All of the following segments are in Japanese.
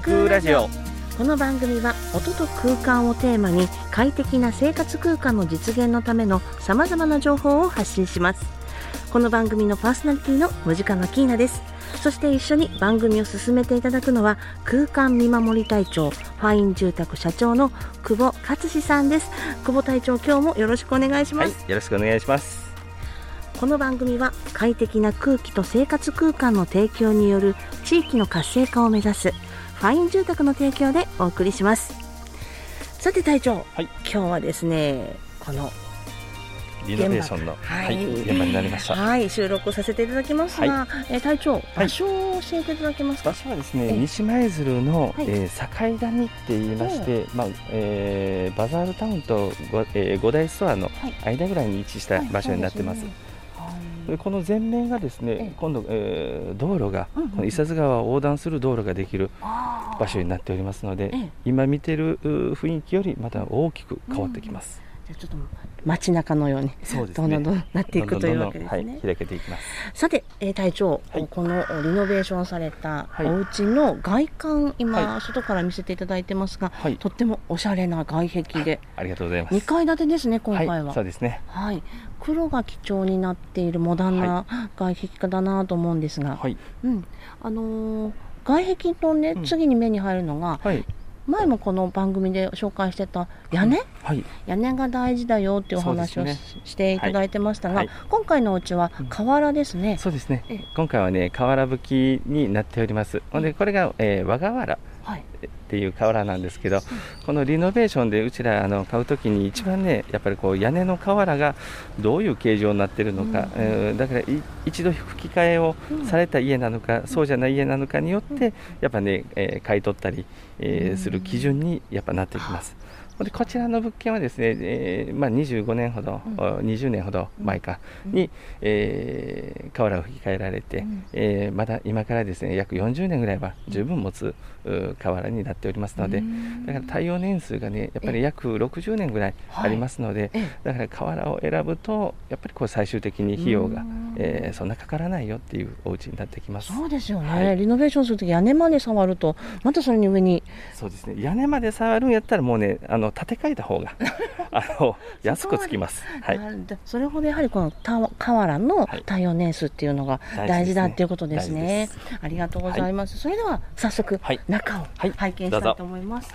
空ラジオ。 この番組は音と空間をテーマに快適な生活空間の実現のためのさまざまな情報を発信します。この番組のパーソナリティのムジカマキーナです。そして一緒に番組を進めていただくのは空間見守り隊長ファイン住宅社長の久保勝志さんです。久保隊長、今日もよろしくお願いします。 はい、よろしくお願いします。 この番組は快適な空気と生活空間の提供による地域の活性化を目指すファイン住宅の提供でお送りします。さて隊長、 はい、 今日はですね、このリノベーションの、現場になりました。 はい、収録をさせていただきますが、隊長、場所を教えていただけますか。 場所はですね、西舞鶴の、境谷って言いまして、バザールタウンと五大ストアの間ぐらいに位置した場所になってます。この前面がですね、今度、道路が、この伊佐津川を横断する道路ができる場所になっておりますので、今見ている雰囲気よりまた大きく変わってきます。 じゃあちょっと街中のようにどんどんなっていくというわけですね。 開けていきます。 さて、隊長、このリノベーションされたお家の外観、今、外から見せていただいてますが、とってもおしゃれな外壁で、 ありがとうございます。 2階建てですね、今回は。 そうですね。 黒が基調になっているモダンな外壁画だなと思うんですが、外壁のね、次に目に入るのが、前もこの番組で紹介してた屋根、屋根が大事だよっていうお話をしていただいてましたが、今回のお家は瓦ですね。 そうですね。今回はね、瓦葺きになっております。でこれが、和瓦っていう瓦なんですけど、このリノベーションでうちら買うときに一番ね、やっぱりこう屋根の瓦がどういう形状になっているのか、だから一度吹き替えをされた家なのか、そうじゃない家なのかによってやっぱね、買い取ったり、する基準にやっぱなってきます。でこちらの物件はですね、25年ほど、20年ほど前かに、瓦を吹き替えられて、まだ今からですね約40年ぐらいは十分持つ瓦になっておりますので、だから耐用年数がねやっぱり約60年ぐらいありますので、だから瓦を選ぶとやっぱりこう最終的に費用が、そんなかからないよっていうお家になってきます。 そうですよね、リノベーションするとき屋根まで触るとまたそれに上に、 そうですね、屋根まで触るんやったらもうね建て替えた方が安くつきます。 それほどやはりこの瓦の耐用年数っていうのが大事だっていうことですね。ありがとうございます。それでは早速中を拝見したいと思います。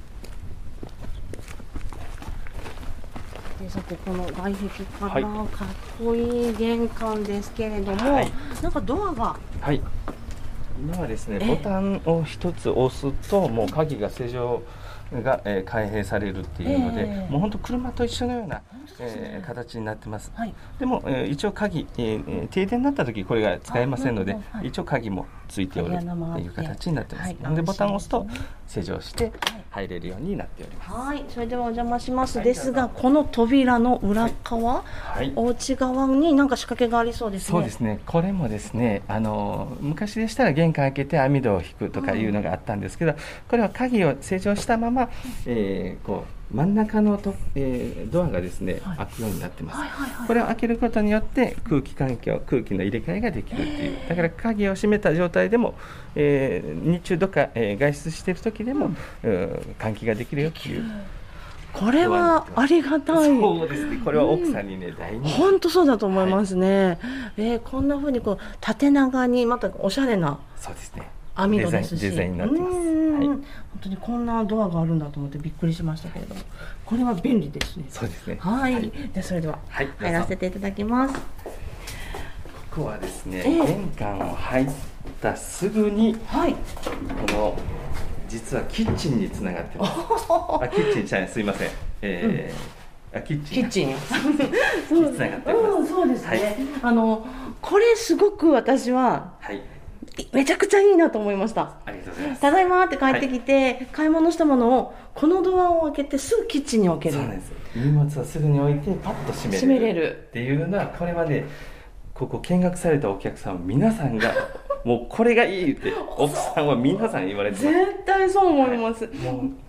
さてこの外壁からかっこいい玄関ですけれども、なんかドアが、 今はですね、ボタンを一つ押すともう鍵が施錠が、開閉されるっていうので、もう本当車と一緒のような、形になってます。でも、一応鍵、停電になった時これが使えませんので、一応鍵もついておるっていう形になってます。でボタンを押すと施錠して入れるようになっております。 それではお邪魔します。ですがこの扉の裏側、お内側に何か仕掛けがありそうですね。 そうですね、これもですね、昔でしたら玄関開けて網戸を引くとかいうのがあったんですけど、これは鍵を施錠したまま、こう真ん中のドアがですね、開くようになってます。これを開けることによって空気の入れ替えができるっていう、だから鍵を閉めた状態でも、日中どっか、外出している時でも、換気ができるよっていう。 これはありがたい。 そうですね、これは奥さんにね、大人気。 本当そうだと思いますね。こんな風にこう縦長にまたおしゃれな、そうですね、網戸ですしデザインになってます。 本当にこんなドアがあるんだと思ってびっくりしましたけれども、これは便利ですね。 そうですね。 でそれでは入らせていただきます。 ここはですね、玄関を入ったすぐに、この実はキッチンにつながってます。キッチンちゃん、すいません。キッチンにつながってます。 そうですね。これすごく私はめちゃくちゃいいなと思いました。 ありがとうございます。 ただいまって帰ってきて、買い物したものをこのドアを開けてすぐキッチンに置ける。 そうなんです。荷物はすぐに置いてパッと閉めれるっていうのは、これはね、ここ見学されたお客さん皆さんがもうこれがいいって奥さんは皆さん言われてます。 絶対そう思います。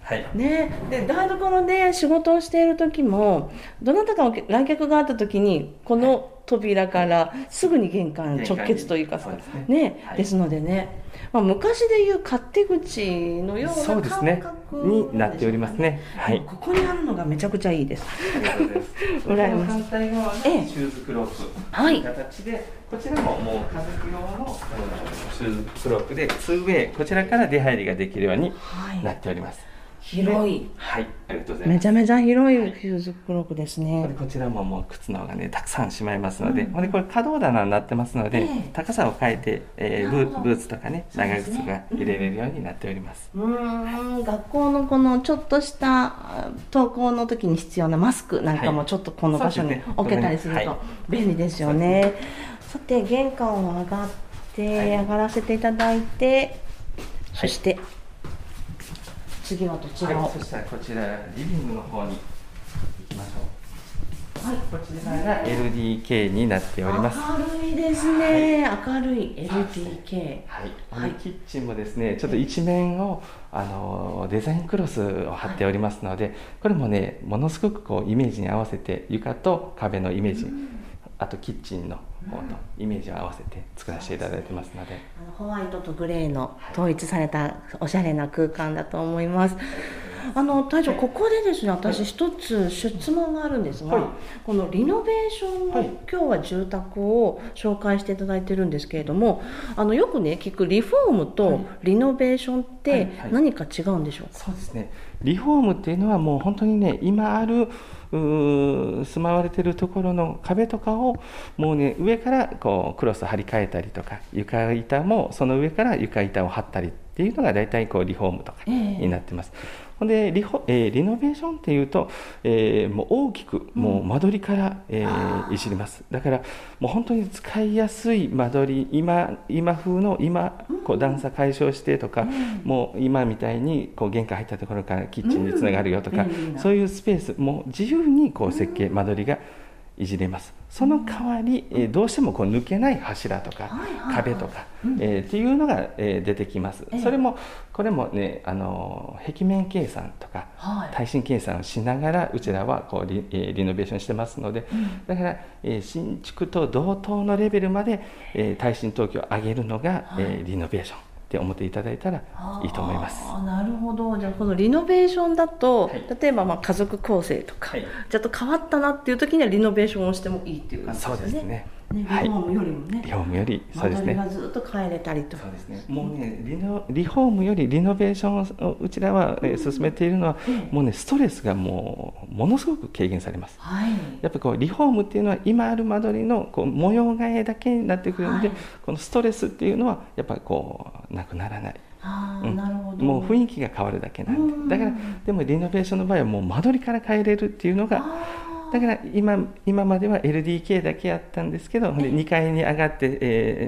はい、 ね、で台所で仕事をしている時もどなたか来客があった時にこの扉からすぐに玄関直結というかですのでね、昔でいう勝手口のような感覚になっておりますね。はい、 ここにあるのがめちゃくちゃいいです。 羨ましい。反対側がシューズクロークという形で、こちらももう家族用のシューズクロークで2ウェイ、こちらから出入りができるようになっております。 広い。 はい、ありがとうございます。 めちゃめちゃ広いフューズクロークですね。 こちらももう靴のがねたくさんしまいますので、これ可動棚になってますので、高さを変えて、ブーツとかね長靴が入れれるようになっております。 学校のこのちょっとした登校の時に必要なマスクなんかもちょっとこの場所に置けたりすると便利ですよね。さて玄関を上がらせていただいて、そして次はどちらを、 そしたらこちらリビングの方に行きましょう。はい、こちらが LDK になっております。 明るいですね。明るい LDK。 はい。キッチンもですね、ちょっと一面をデザインクロスを貼っておりますので、これもねものすごくこうイメージに合わせて床と壁のイメージ、あとキッチンの方のイメージを合わせて作らせていただいてますので、 ホワイトとグレーの統一されたおしゃれな空間だと思います。隊長、ここでですね、私一つ質問があるんですが、このリノベーションの、今日は住宅を紹介していただいてるんですけれども、よくね聞くリフォームとリノベーションって何か違うんでしょうか？ そうですね、リフォームっていうのはもう本当にね今ある住まわれているところの壁とかをもうね上からこうクロス張り替えたりとか、床板もその上から床板を張ったりっていうのが大体こうリフォームとかになってます。ほんでリノベーションっていうと、もう大きくもう間取りから、いじります。だからもう本当に使いやすい間取り、今風のこう段差解消してとか、もう今みたいにこう玄関入ったところからキッチンにつながるよとか、そういうスペースもう自由にこう設計間取りがいじれます。その代わり、どうしてもこう抜けない柱とか壁とか、っていうのが、出てきます。これもね壁面計算とか、耐震計算をしながらうちらはこうリノベーションしてますので、だから、新築と同等のレベルまで、耐震等級を上げるのが、リノベーションって思っていただいたらいいと思います。 なるほど。じゃあこのリノベーションだと、例えば家族構成とか、ちょっと変わったなっていう時にはリノベーションをしてもいいっていう感じですね。 そうですね。 リフォームよりもね。 リフォームよりそうですね。 間取りがずっと変えれたりと。 そうですね。もうねリフォームよりリノベーションをうちらは進めているのは、もうねストレスがものすごく軽減されます。やっぱこうリフォームっていうのは今ある間取りのこう模様替えだけになってくるので、このストレスっていうのはやっぱりこうなくならない。 なるほど。 もう雰囲気が変わるだけなんで、だからでもリノベーションの場合はもう間取りから変えれるっていうのが、だから今までは LDK だけやったんですけど、2階に上がって、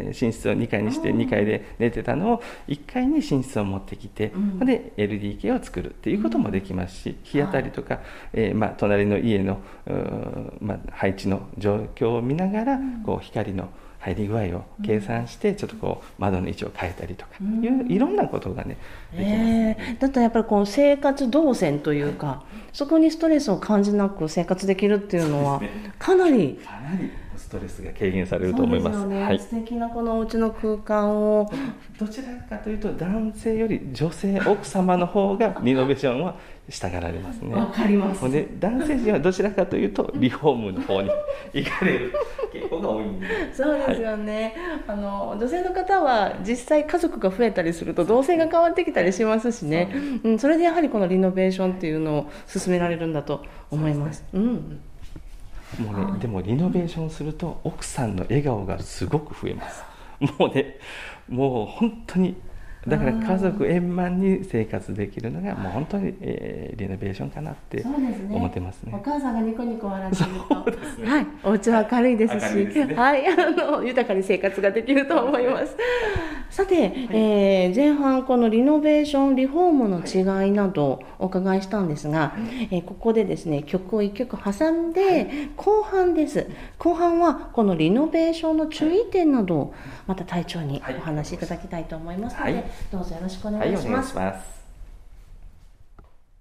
寝室を2階にして2階で寝てたのを1階に寝室を持ってきて、で LDK を作るっていうこともできますし、日当たりとか、隣の家の、配置の状況を見ながらこう光の入り具合を計算してちょっとこう窓の位置を変えたりとかいろんなことがねできますね。 だとやっぱりこう生活動線というか、そこにストレスを感じなく生活できるっていうのはかなりストレスが軽減されると思います。 そうですよね。素敵なこのお家の空間を、 どちらかというと男性より女性奥様の方がリノベーションはしたがられますね。 わかります。 で男性陣はどちらかというとリフォームの方に行かれる傾向が多いんで。 そうですよね。女性の方は実際家族が増えたりすると動線が変わってきたりしますしね。それでやはりこのリノベーションっていうのを進められるんだと思います。 もうね、でもリノベーションすると奥さんの笑顔がすごく増えます。もう本当にだから家族円満に生活できるのがもう本当に、リノベーションかなって思ってますね。 お母さんがニコニコ笑っていると、お家は明るいですし、豊かに生活ができると思います。さて、前半このリノベーションリフォームの違いなどお伺いしたんですが、ここでですね曲を1曲挟んで、後半です。後半はこのリノベーションの注意点などをまた隊長にお話しいただきたいと思いますので、どうぞよろしくお願いします。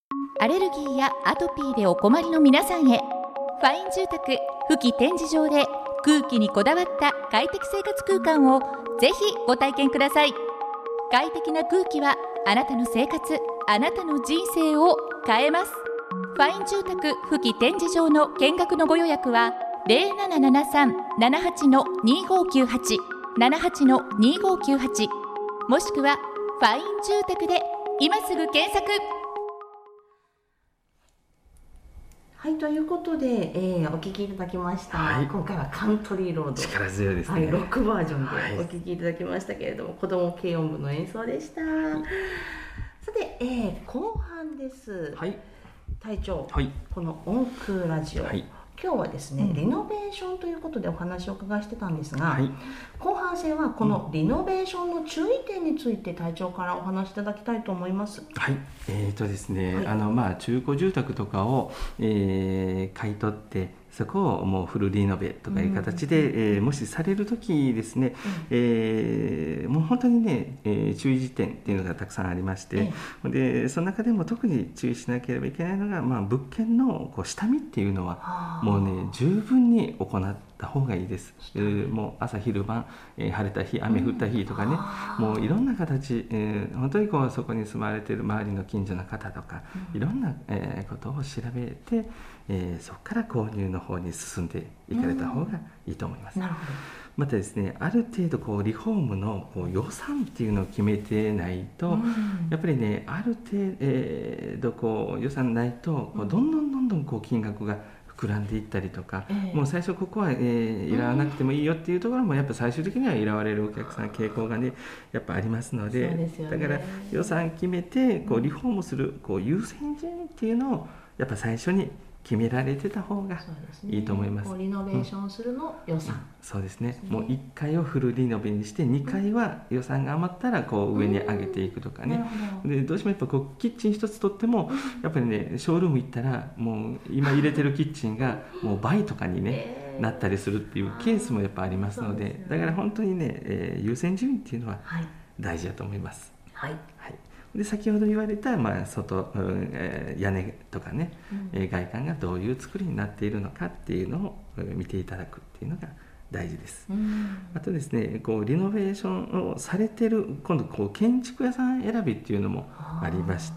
アレルギーやアトピーでお困りの皆さんへ、ファイン住宅富木展示場で空気にこだわった快適生活空間をぜひご体験ください。快適な空気はあなたの生活、あなたの人生を変えます。ファイン住宅富木展示場の見学のご予約は 0773-78-2598 78-2598 もしくはファイン住宅で今すぐ検索。 はい、ということで、お聴きいただきました、 はい、 今回はカントリーロード、 力強いですね、 はい、ロックバージョンでお聴きいただきましたけれども、子ども軽音部の演奏でした。さて、後半です。 はい、 隊長、 はい、 この音空ラジオ、 はい、 今日はですね、リノベーションということでお話を伺いしてたんですが、 はい、 後半戦はこのリノベーションの注意点について隊長からお話しいただきたいと思います。 はい、ですね、 はい、 中古住宅とかを、買い取ってそこをもうフルリノベとかいう形で、もしされるときですね、もう本当にね、注意事点っていうのがたくさんありまして、でその中でも特に注意しなければいけないのが、物件のこう下見っていうのはもうね十分に行った方がいいです。もう朝昼晩、晴れた日雨降った日とかね、もういろんな形、本当にこうそこに住まれている周りの近所の方とか、いろんな、ことを調べて、そこから購入の方に進んでいかれた方がいいと思います。 なるほど。 またですね、ある程度こうリフォームのこう予算っていうのを決めてないと、やっぱりね、ある程度こう予算ないとこうどんどんこう金額が膨らんでいったりとか、もう最初ここは、いらなくてもいいよっていうところもやっぱ最終的にはいらわれるお客さん傾向がねやっぱありますので、だから予算決めてこうリフォームするこう優先順位っていうのをやっぱ最初に決められてた方がいいと思います。 リノベーションするの予算、 そうですね。もう1階をフルリノベにして2階は予算が余ったらこう上に上げていくとかね。でどうしてもやっぱこうキッチン一つとってもやっぱりねショールーム行ったらもう今入れてるキッチンがもう倍とかにね、なったりするっていうケースもやっぱありますので、だから本当にね、優先順位っていうのは大事だと思います。 はい、 はい。で先ほど言われた、外、屋根とかね、外観がどういう作りになっているのかっていうのを見ていただくっていうのが大事です。あとですね、こうリノベーションをされてる今度こう建築屋さん選びっていうのもありまして、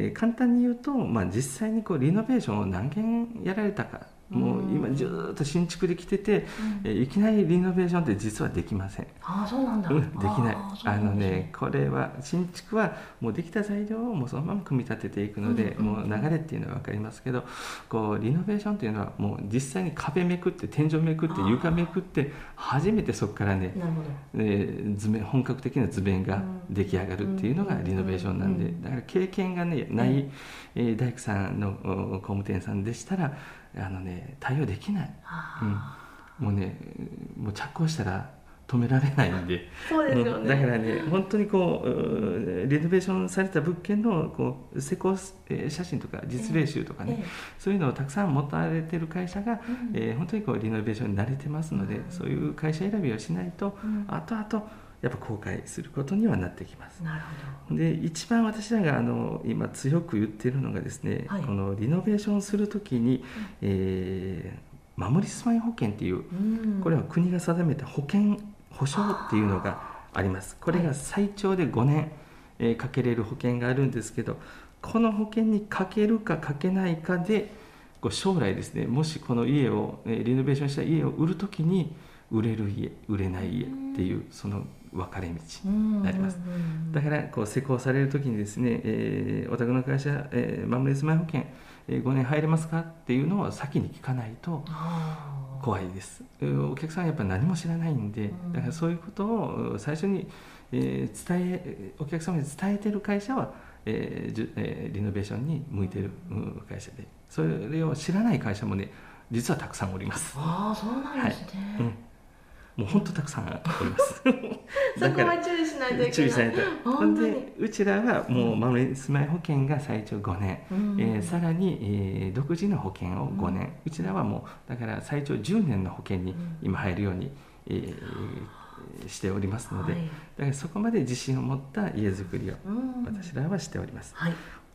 簡単に言うと、実際にこうリノベーションを何件やられたか、もう今ずっと新築で来てて、いきなりリノベーションって実はできません。 そうなんだ。 できない。これは新築はもうできた材料をもうそのまま組み立てていくので、もう流れっていうのは分かりますけど、こうリノベーションっていうのはもう実際に壁めくって天井めくって床めくって初めてそこからね、本格的な図面が出来上がるっていうのがリノベーションなんで、だから経験がねない、大工さんの工務店さんでしたら対応できない、もうねもう着工したら止められないんでそうですよね。 だからね本当にこうリノベーションされた物件のこう施工写真とか実例集とかね、そういうのをたくさん持たれてる会社が、本当にこうリノベーションに慣れてますので、そういう会社選びをしないと、後々やっぱ後悔することにはなってきます。 なるほど。 で一番私らが今強く言っているのがですね、このリノベーションするときに、守り住まい保険っていう、これは国が定めた保証っていうのがあります。これが最長で5年、かけれる保険があるんですけど、この保険にかけるかかけないかで将来ですね、もしこの家をリノベーションした家を売るときに売れる家売れない家っていうその分かれ道になります。だからこう施工されるときにですね、お宅の会社、守り住まい保険、5年入れますかっていうのを先に聞かないと怖いです。お客さんはやっぱり何も知らないんで、だからそういうことを最初にお客様に伝えている会社は、リノベーションに向いている会社で、それを知らない会社もね実はたくさんおります。 そうなんですね。 もう本当たくさんおりますそこは注意しないといけない。 注意しないと。でうちらはもう守り住まい保険が最長5年、さらに、独自の保険を5年、うちらはもうだから最長10年の保険に今入るように、しておりますので、だからそこまで自信を持った家づくりを私らはしております。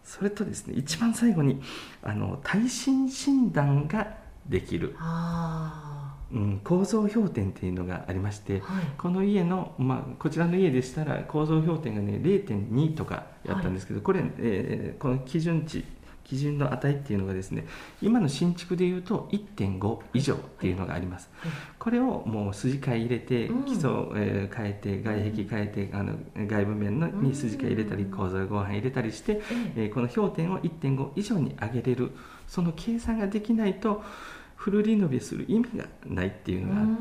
それとですね、一番最後に耐震診断ができる構造評点っていうのがありまして、この家の、こちらの家でしたら構造評点がね 0.2 とかやったんですけど、これ、この基準の値っていうのがですね、今の新築でいうと 1.5 以上っていうのがあります。これをもう筋交い入れて基礎を変えて、外壁変えて、外部面に筋交い入れたり構造合板入れたりして、この評点を 1.5 以上に上げれる、その計算ができないとフルリノベする意味がないっていうのがあって、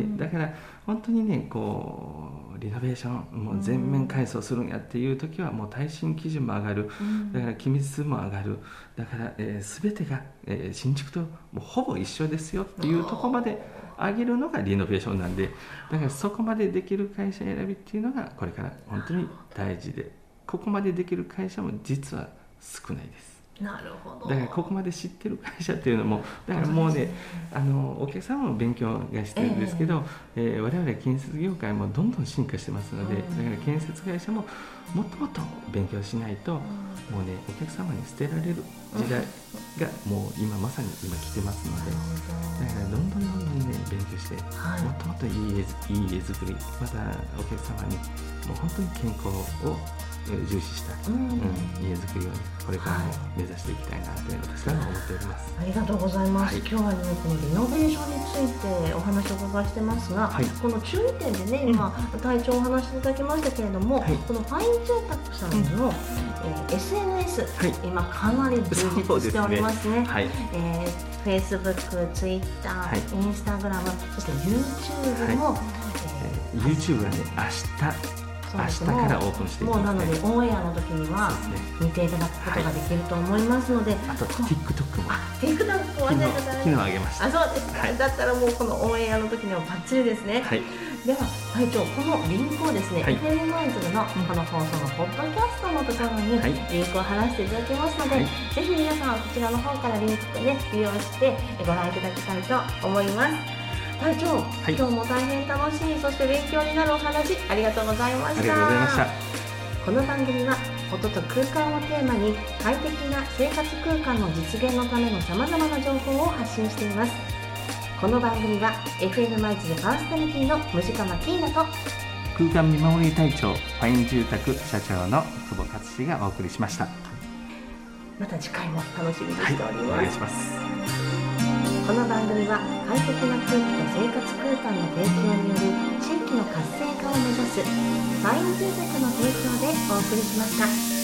だから本当にね、リノベーションもう全面改装するんやっていう時はもう耐震基準も上がる、だから気密も上がる、だから、全てが、新築ともうほぼ一緒ですよっていうところまで上げるのがリノベーションなんで、だからそこまでできる会社選びっていうのがこれから本当に大事で、ここまでできる会社も実は少ないです。 なるほど。 だからここまで知ってる会社っていうのも、だからもうね、お客様も勉強がしてるんですけど、我々建設業界もどんどん進化してますので、だから建設会社ももっともっと勉強しないと、もうね、お客様に捨てられる時代がもうまさに今来てますので、だからどんどんね勉強して、もっともっといい家づくり、またお客様にもう本当に健康を重視した、家づくりを、これからも目指していきたいなと私は思っております。 ありがとうございます。今日はね、このリノベーションについてお話をお伺いしてますが、この注意点でね、今隊長お話しいただきましたけれども、このファイン住宅さんの、SNS、今かなり充実しておりますね。Facebook、Twitter、Instagram、そして YouTube も、 YouTube はね、明日からオープンしていきます、 もうなのでオンエアの時には見ていただくことができると思いますので、 あと TikTok も TikTok 昨日上げました。 そうですか、だったらもうこのオンエアの時にはバッチリですね。では隊長、このリンクをですね、FM 舞鶴のこの放送のポッドキャストのところにリンクを貼らせていただきますので、ぜひ皆さんこちらの方からリンクでね利用してご覧いただきたいと思います。隊長、今日も大変楽しい、そして勉強になるお話ありがとうございました。 ありがとうございました。 この番組は音と空間をテーマに快適な生活空間の実現のためのさまざまな情報を発信しています。この番組は FM 舞鶴パーソナリティのムジカマキーナと空間見守り隊長ファイン住宅社長の久保勝志がお送りしました。 また次回も楽しみにしております。 お願いします。 この番組は快適な空気と生活空間の提供による地域の活性化を目指すファイン住宅の提供でお送りしました。